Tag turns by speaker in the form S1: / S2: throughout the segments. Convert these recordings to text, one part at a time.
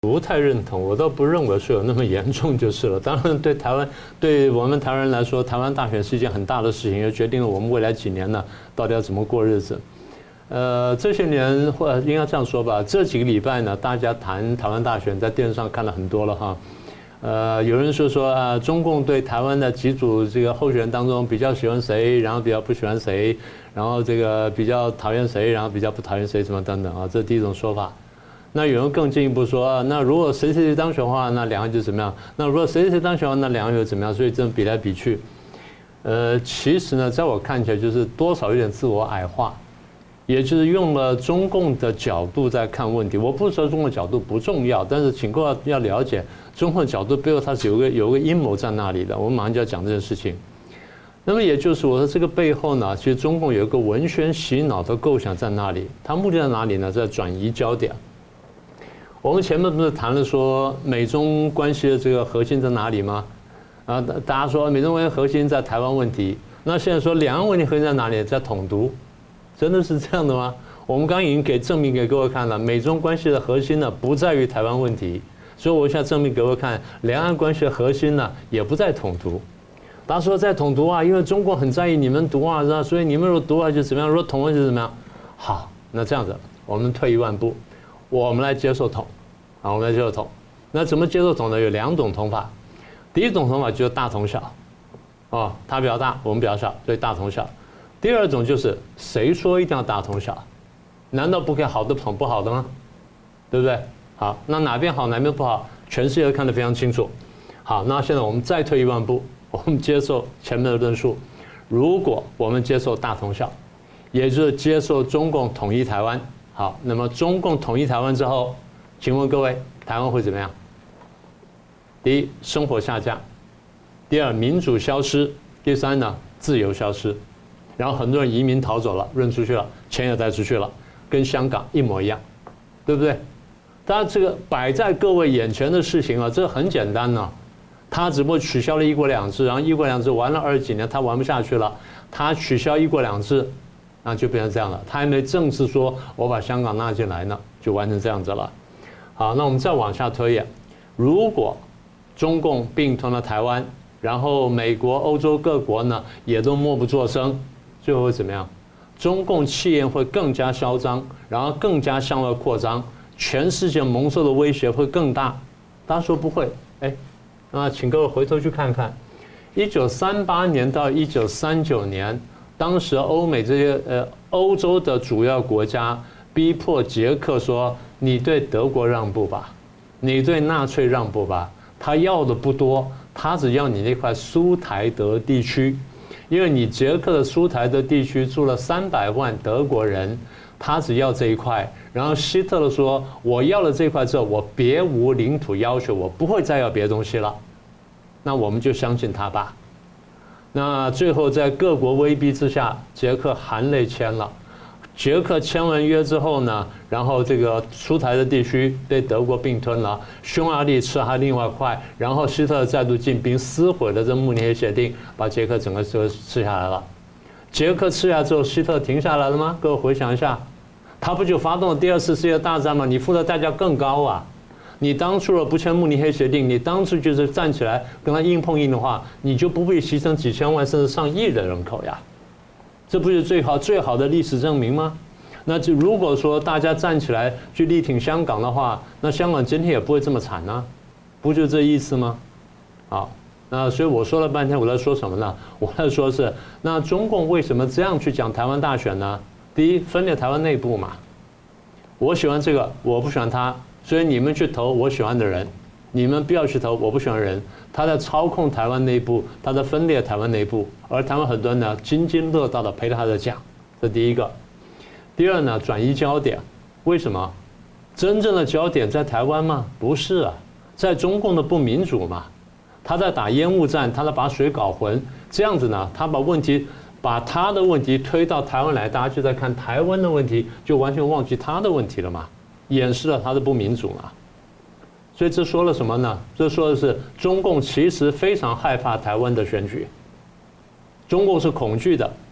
S1: 不太认同，我倒不认为是有那么严重就是了。当然，对我们台湾人来说，台湾大选是一件很大的事情，也决定了我们未来几年呢，到底要怎么过日子。这些年或应该这样说吧，这几个礼拜呢，大家谈台湾大选，在电视上看了很多了哈。有人说中共对台湾的几组这个候选人当中比较喜欢谁，然后比较不喜欢谁，然后这个比较讨厌谁，然后比较不讨厌谁，什么等等啊，这是第一种说法。那有人更进一步说，那如果谁谁谁当选的话，那两岸就怎么样？那如果谁谁谁当选的话，那两岸又怎么样？所以这么比来比去，其实呢，在我看起来就是多少有点自我矮化，也就是用了中共的角度在看问题。我不是说中共的角度不重要，但是请各位要了解，中共的角度背后它是有个阴谋在那里的。我们马上就要讲这件事情。那么也就是我说这个背后呢，其实中共有一个文宣洗脑的构想在那里，它目的在哪里呢？在转移焦点。我们前面不是谈了说美中关系的这个核心在哪里吗？大家说美中关系核心在台湾问题，那现在说两岸问题核心在哪里？在统独，真的是这样的吗？我们刚刚已经证明给各位看了，美中关系的核心呢不在于台湾问题，所以我现在证明给各位看，两岸关系的核心呢也不在统独。大家说在统独啊，因为中国很在意你们独啊，所以你们如果独啊就怎么样，如果统一就怎么样。好，那这样子，我们退一万步。我们来接受统，我们来接受统。那怎么接受统呢？有两种统法。第一种统法就是大统小，它比较大，我们比较小，所以大统小。第二种就是谁说一定要大统小？难道不可以好的统不好的吗？对不对？好，那哪边好哪边不好，全世界都看得非常清楚。好，那现在我们再退一万步，我们接受前面的论述。如果我们接受大统小，也就是接受中共统一台湾。好，那么中共统一台湾之后，请问各位，台湾会怎么样？第一，生活下降；第二，民主消失；第三呢，自由消失。然后很多人移民逃走了，润出去了，钱也带出去了，跟香港一模一样，对不对？当然，这个摆在各位眼前的事情啊，这很简单呢。他只不过取消了一国两制，然后一国两制玩了20几年，他玩不下去了，他取消一国两制。那就变成这样了，他还没正式说我把香港纳进来呢，就完成这样子了。好，那我们再往下推演，如果中共并吞了台湾，然后美国、欧洲各国呢也都默不作声，最后会怎么样？中共气焰会更加嚣张，然后更加向外扩张，全世界蒙受的威胁会更大。大家说不会？那请各位回头去看看，1938年到1939年。当时欧美这些欧洲的主要国家逼迫捷克说：“你对德国让步吧，你对纳粹让步吧。他要的不多，他只要你那块苏台德地区，因为你捷克的苏台德地区住了300万德国人，他只要这一块。然后希特勒说：我要了这块之后，我别无领土要求，我不会再要别的东西了。那我们就相信他吧。”那最后在各国威逼之下，捷克含泪签了。捷克签完约之后呢，然后这个苏台的地区被德国并吞了，匈牙利吃还另外一块，然后希特勒再度进兵，撕毁了这慕尼黑协定，把捷克整个就吃下来了。捷克吃下来之后，希特勒停下来了吗？各位回想一下，他不就发动了第2次世界大战吗？你付的代价更高啊！你当初不签慕尼黑协定，你当初就是站起来跟他硬碰硬的话，你就不必牺牲几千万甚至上亿的人口呀，这不是最好的历史证明吗？那就如果说大家站起来去力挺香港的话，那香港今天也不会这么惨啊，不就这意思吗？好，那所以我说了半天，我在说什么呢？我在说是那中共为什么这样去讲台湾大选呢？第一，分裂台湾内部嘛，我喜欢这个，我不喜欢他。所以你们去投我喜欢的人，你们不要去投我不喜欢的人。他在操控台湾内部，他在分裂台湾内部，而台湾很多人呢津津乐道的陪着他的讲，这第一个。第二呢，转移焦点，为什么？真正的焦点在台湾吗？不是啊，在中共的不民主嘛。他在打烟雾战，他在把水搞浑，这样子呢，他把他的问题推到台湾来，大家就在看台湾的问题，就完全忘记他的问题了嘛。掩饰了他的不民主嘛，所以这说了什么呢？这说的是中共其实非常害怕台湾的选举，中共是恐惧的，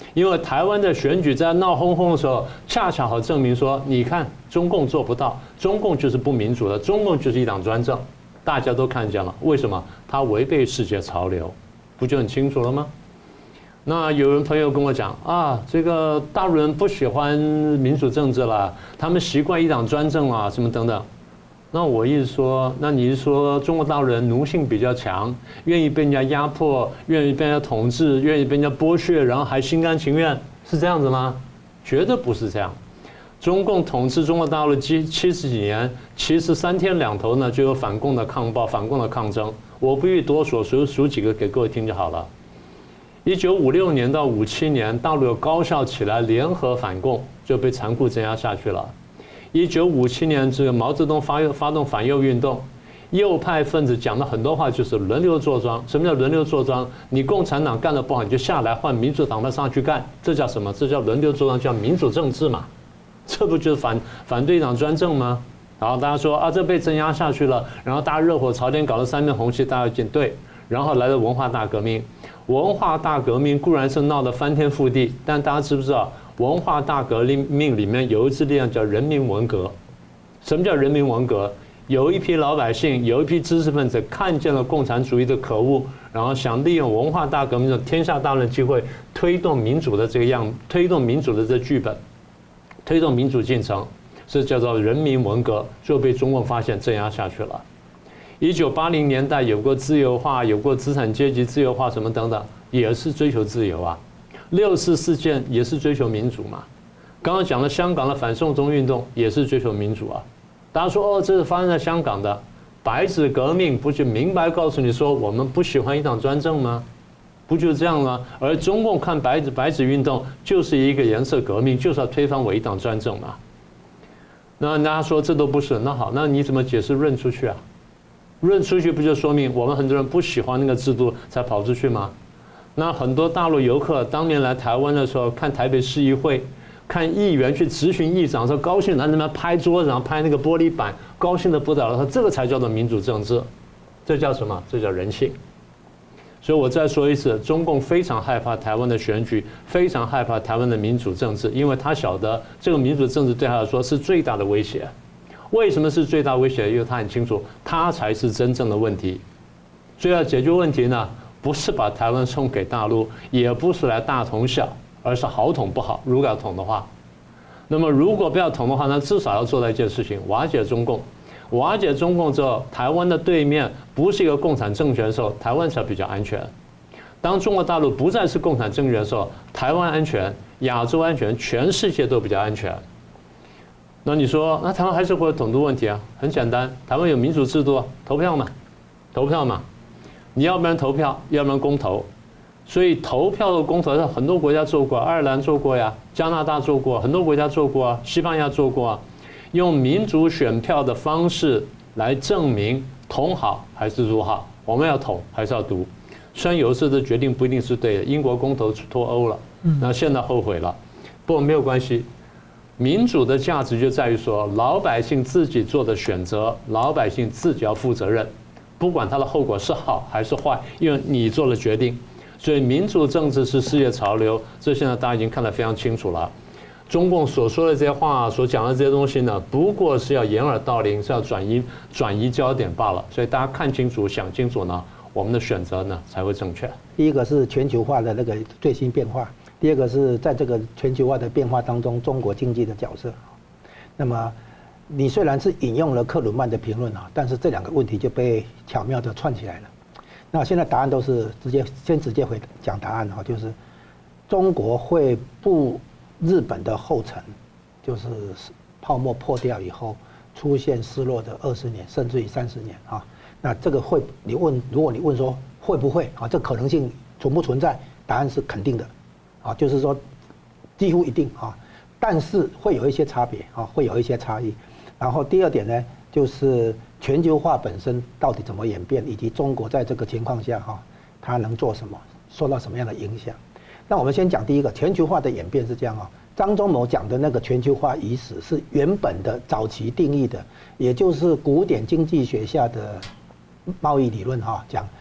S1: 因为台湾的选举在闹哄哄的时候，恰恰好证明说，你看中共做不到，中共就是不民主的，中共就是一党专政，大家都看见了。为什么？它违背世界潮流，不就很清楚了吗？那有人朋友跟我讲啊，这个大陆人不喜欢民主政治了，他们习惯一党专政啊，什么等等。那我意思说，那你是说中国大陆人奴性比较强，愿意被人家压迫，愿意被人家统治，愿意被人家剥削，然后还心甘情愿，是这样子吗？绝对不是这样。中共统治中国大陆70几年，其实3天2头呢就有反共的抗暴、反共的抗争。我不予多说，数几个给各位听就好了。1956年到57年，大陆有高校起来联合反共，就被残酷镇压下去了。1957年，这个毛泽东发动反右运动，右派分子讲的很多话就是轮流坐庄。什么叫轮流坐庄？你共产党干得不好，你就下来换民主党的上去干，这叫什么？这叫轮流坐庄，叫民主政治嘛。这不就是反对党专政吗？然后大家说啊，这被镇压下去了，然后大家热火朝天搞了3面红旗，大家进对，然后来了文化大革命。文化大革命固然是闹得翻天覆地，但大家知不知道？文化大革命里面有一支力量叫人民文革。什么叫人民文革？有一批老百姓，有一批知识分子看见了共产主义的可恶，然后想利用文化大革命的天下大乱的机会，推动民主的推动民主的这剧本，推动民主进程，这叫做人民文革，就被中共发现镇压下去了。1980年代有过自由化，有过资产阶级自由化什么等等，也是追求自由啊。6四事件也是追求民主嘛。刚刚讲了香港的反送中运动也是追求民主啊。大家说哦，这是发生在香港的白纸革命，不就明白告诉你说我们不喜欢一党专政吗？不就是这样吗？而中共看白纸运动就是一个颜色革命，就是要推翻我一党专政嘛。那大家说这都不是，那好，那你怎么解释润出去啊？润出去不就说明我们很多人不喜欢那个制度才跑出去吗？那很多大陆游客当年来台湾的时候，看台北市议会，看议员去质询议长，说高兴在那边拍桌子，然后拍那个玻璃板，高兴的不得了。说这个才叫做民主政治，这叫什么？这叫人性。所以我再说一次，中共非常害怕台湾的选举，非常害怕台湾的民主政治，因为他晓得这个民主政治对他来说是最大的威胁。为什么是最大威胁？因为他很清楚，他才是真正的问题。所以要解决问题呢，不是把台湾送给大陆，也不是来大统小，而是好统不好。如果要统的话，那么如果不要统的话，那至少要做到一件事情：瓦解中共。瓦解中共之后，台湾的对面不是一个共产政权的时候，台湾才比较安全。当中国大陆不再是共产政权的时候，台湾安全、亚洲安全、全世界都比较安全。那你说，那台湾还是会有统独问题啊？很简单，台湾有民主制度啊，投票嘛，投票嘛。你要不然投票，要不然公投。所以投票的公投，很多国家做过，爱尔兰做过呀，加拿大做过，很多国家做过啊，西班牙做过啊。用民主选票的方式来证明统好还是独好，我们要统还是要独。虽然有时候的决定不一定是对的，英国公投脱欧了，那现在后悔了，不过没有关系。民主的价值就在于说，老百姓自己做的选择，老百姓自己要负责任，不管它的后果是好还是坏，因为你做了决定。所以民主政治是世界潮流，这现在大家已经看得非常清楚了。中共所说的这些话，所讲的这些东西呢，不过是要掩耳盗铃，是要转移焦点罢了。所以大家看清楚、想清楚呢，我们的选择呢才会正确。
S2: 第一个是全球化的那个最新变化。第二个是在这个全球化的变化当中，中国经济的角色。那么，你虽然是引用了克鲁曼的评论啊，但是这两个问题就被巧妙的串起来了。那现在答案都是直接讲答案哈，就是中国会步日本的后尘，就是泡沫破掉以后出现失落的20年甚至于30年啊。那这个会如果你问说会不会啊，这可能性存不存在？答案是肯定的。啊，就是说，几乎一定啊，但是会有一些差别啊，会有一些差异。然后第二点呢，就是全球化本身到底怎么演变，以及中国在这个情况下哈，它能做什么，受到什么样的影响。那我们先讲第一个，全球化的演变是这样啊。张忠谋讲的那个全球化遗史是原本的早期定义的，也就是古典经济学下的贸易理论哈，讲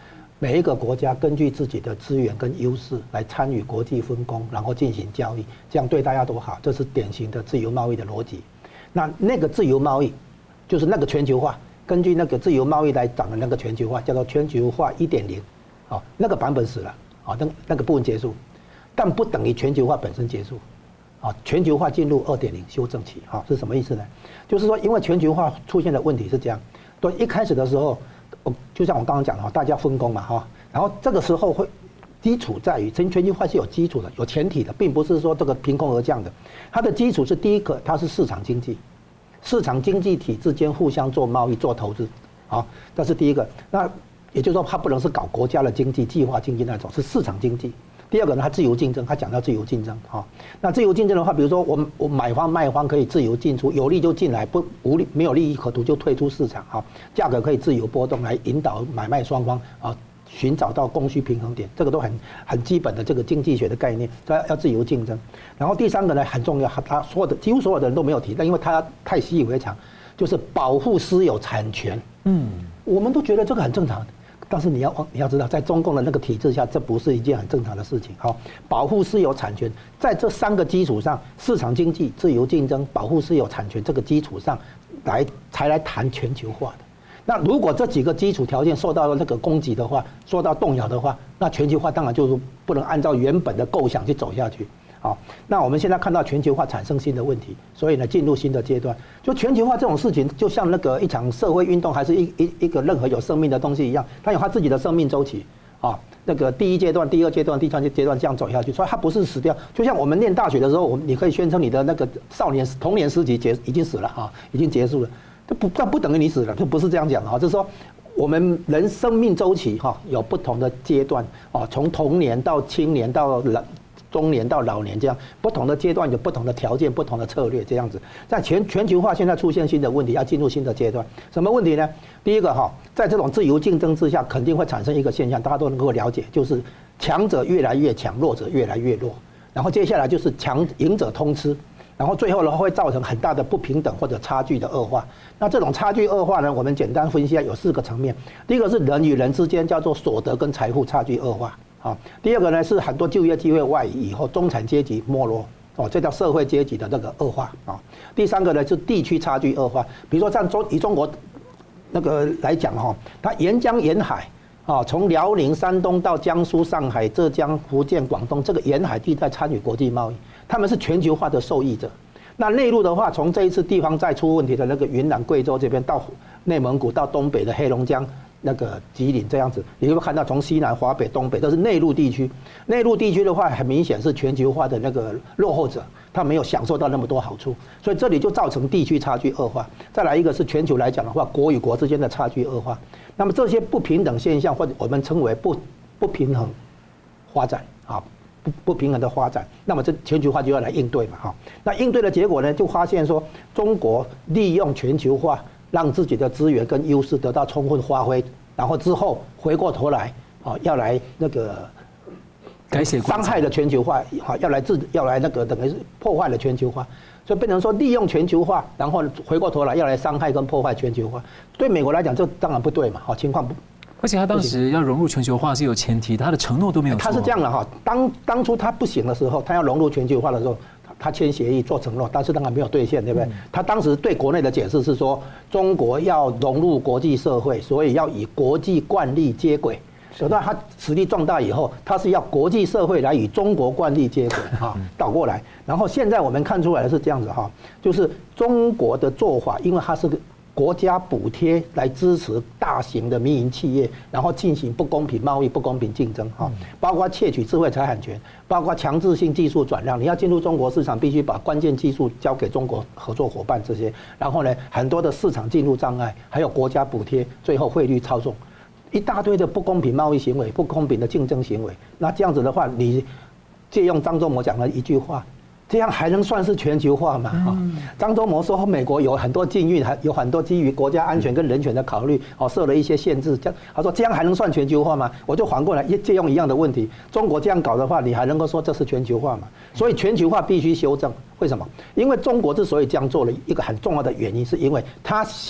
S2: 每一个国家根据自己的资源跟优势来参与国际分工，然后进行交易，这样对大家都好，这是典型的自由贸易的逻辑。那个自由贸易就是那个全球化，根据那个自由贸易来讲的那个全球化，叫做全球化1.0，那个版本死了，那个部分结束，但不等于全球化本身结束。全球化进入2.0修正期，是什么意思呢？就是说，因为全球化出现的问题是这样，对，一开始的时候，就像我刚刚讲的，大家分工嘛，然后这个时候会基础在于全球化是有基础的、有前提的，并不是说这个凭空而降的。它的基础是第一个，它是市场经济，市场经济体之间互相做贸易、做投资，这是第一个。那也就是说，它不能是搞国家的经济、计划经济那种，是市场经济。第二个呢，它自由竞争，它讲到自由竞争，那自由竞争的话，比如说我买方卖方可以自由进出，有利就进来，没有利益可图就退出市场，价格可以自由波动，来引导买卖双方寻找到供需平衡点，这个都很基本的这个经济学的概念，要自由竞争。然后第三个呢很重要，他说的几乎所有的人都没有提，但因为他太习以为常，就是保护私有产权。我们都觉得这个很正常。但是你要知道，在中共的那个体制下，这不是一件很正常的事情。保护私有产权，在这3个基础上，市场经济、自由竞争、保护私有产权这个基础上，才来谈全球化的。那如果这几个基础条件受到那个攻击的话，受到动摇的话，那全球化当然就是不能按照原本的构想去走下去。那我们现在看到全球化产生新的问题，所以呢进入新的阶段。就全球化这种事情，就像那个一场社会运动，还是一个任何有生命的东西一样，它有它自己的生命周期那个第1阶段、第2阶段、第3阶段这样走下去，所以它不是死掉。就像我们念大学的时候，你可以宣称你的那个童年时期已经死了已经结束了，这不等于你死了，就不是这样讲就是说。我们人生命周期有不同的阶段从童年到青年到中年到老年，这样不同的阶段有不同的条件、不同的策略，这样子。在全球化现在出现新的问题，要进入新的阶段。什么问题呢？第一个在这种自由竞争之下，肯定会产生一个现象，大家都能够了解，就是强者越来越强，弱者越来越弱。然后接下来就是赢者通吃，然后最后呢会造成很大的不平等或者差距的恶化。那这种差距恶化呢，我们简单分析有4个层面。第一个是人与人之间叫做所得跟财富差距恶化。第二个呢是很多就业机会外移以后，中产阶级没落，这叫社会阶级的那个恶化第三个呢是地区差距恶化，比如说像以中国那个来讲它沿江沿海从辽宁、山东到江苏、上海、浙江、福建、广东这个沿海地带参与国际贸易，他们是全球化的受益者。那内陆的话，从这一次地方债出问题的那个云南、贵州这边到内蒙古到东北的黑龙江。那个吉林这样子，你会看到从西南、华北、东北都是内陆地区。内陆地区的话，很明显是全球化的那个落后者，他没有享受到那么多好处，所以这里就造成地区差距恶化。再来一个是全球来讲的话，国与国之间的差距恶化。那么这些不平等现象，或者我们称为不平衡发展不平衡的发展，那么这全球化就要来应对嘛那应对的结果呢，就发现说中国利用全球化。让自己的资源跟优势得到充分发挥，然后之后回过头来要来那个
S3: 改写
S2: 伤害的全球化要来那个等于是破坏了全球化，所以变成说利用全球化，然后回过头来要来伤害跟破坏全球化。对美国来讲，这当然不对嘛情况不。
S3: 而且他当时要融入全球化是有前提，他的承诺都没有做。
S2: 他是这样的当初他不行的时候，他要融入全球化的时候。他签协议做承诺，但是当然没有兑现，对不对？他当时对国内的解释是说，中国要融入国际社会，所以要以国际惯例接轨。等到他实力壮大以后，他是要国际社会来与中国惯例接轨倒过来。然后现在我们看出来的是这样子就是中国的做法，因为它是国家补贴来支持大型的民营企业，然后进行不公平贸易、不公平竞争包括窃取智慧财产权，包括强制性技术转让。你要进入中国市场，必须把关键技术交给中国合作伙伴这些。然后呢，很多的市场进入障碍，还有国家补贴，最后汇率操纵，一大堆的不公平贸易行为、不公平的竞争行为。那这样子的话，你借用张忠谋讲的一句话。这样还能算是全球化吗？张忠谋说，美国有很多禁运，有很多基于国家安全跟人权的考虑，设了一些限制。他说这样还能算全球化吗？我就反过来借用一样的问题，中国这样搞的话，你还能够说这是全球化吗？所以全球化必须修正。为什么？因为中国之所以这样做了一个很重要的原因，是因为他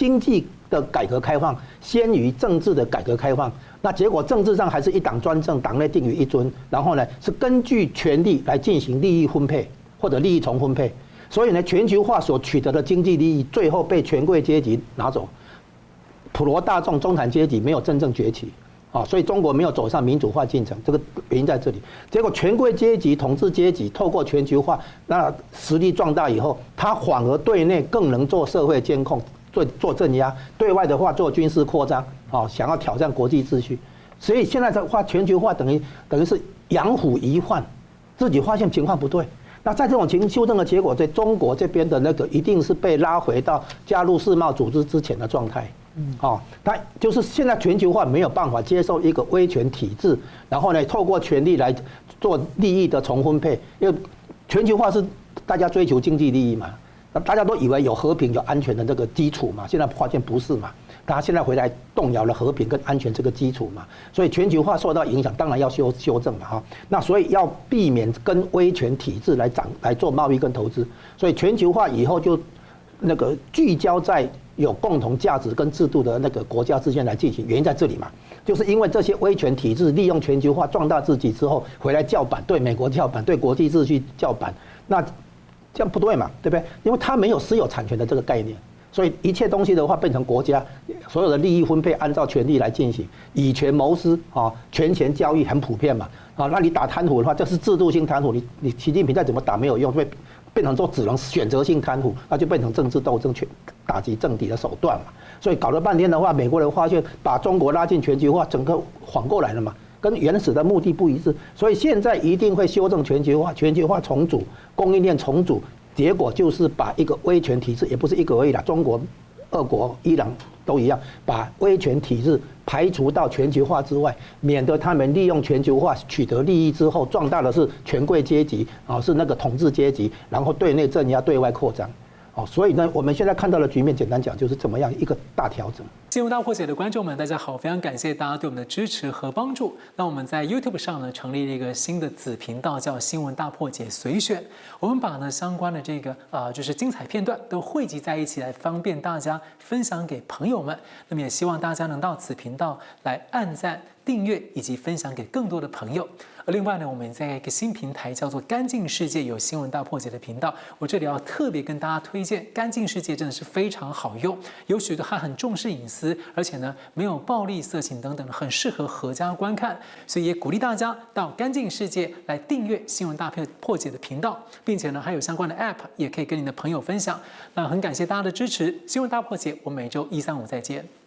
S2: 经济的改革开放先于政治的改革开放。那结果政治上还是一党专政，党内定于一尊，然后呢是根据权力来进行利益分配或者利益重分配。所以呢，全球化所取得的经济利益，最后被权贵阶级拿走，普罗大众、中产阶级没有真正崛起。所以中国没有走上民主化进程，这个原因在这里。结果权贵阶级、统治阶级透过全球化，那实力壮大以后，他反而对内更能做社会监控、做镇压；对外的话做军事扩张，想要挑战国际秩序。所以现在的话，全球化等于是养虎遗患，自己发现情况不对。那在这种修正的结果，在中国这边的那个一定是被拉回到加入世贸组织之前的状态。它就是现在全球化没有办法接受一个威权体制，然后呢，透过权力来做利益的重分配，因为全球化是大家追求经济利益嘛，大家都以为有和平、有安全的这个基础嘛，现在发现不是嘛，大家现在回来动摇了和平跟安全这个基础嘛，所以全球化受到影响，当然要修正嘛哈。那所以要避免跟威权体制来做贸易跟投资，所以全球化以后就那个聚焦在有共同价值跟制度的那个国家之间来进行，原因在这里嘛，就是因为这些威权体制利用全球化壮大自己之后，回来叫板，对美国叫板，对国际秩序叫板，那这样不对嘛，对不对？因为它没有私有产权的这个概念，所以一切东西的话变成国家所有的利益分配按照权力来进行，以权谋私权钱交易很普遍嘛，那你打贪腐的话，这是制度性贪腐，你习近平再怎么打没有用，会变成说只能选择性贪腐，那就变成政治斗争、打击政敌的手段嘛。所以搞了半天的话，美国人发现把中国拉进全球化，整个反过来了嘛，跟原始的目的不一致。所以现在一定会修正全球化，全球化重组、供应链重组，结果就是把一个威权体制，也不是一个而已啦，中国、俄国、伊朗都一样，把威权体制排除到全球化之外，免得他们利用全球化取得利益之后，壮大的是权贵阶级是那个统治阶级，然后对内镇压，对外扩张。所以呢，我们现在看到的局面，简单讲就是怎么样一个大调整。
S3: 新闻大破解的观众们，大家好，非常感谢大家对我们的支持和帮助。那我们在 YouTube 上呢，成立了一个新的子频道，叫新闻大破解随选。我们把呢相关的这个就是精彩片段都汇集在一起，来方便大家分享给朋友们。那么也希望大家能到此频道来按赞、订阅以及分享给更多的朋友。而另外呢，我们在一个新平台叫做干净世界，有新闻大破解的频道。我这里要特别跟大家推荐干净世界，真的是非常好用，有许多它很重视隐私，而且呢没有暴力、色情等等，很适合合家观看。所以也鼓励大家到干净世界来订阅新闻大破解的频道，并且呢还有相关的 App 也可以跟你的朋友分享。那很感谢大家的支持，新闻大破解，我们每周1、3、5再见。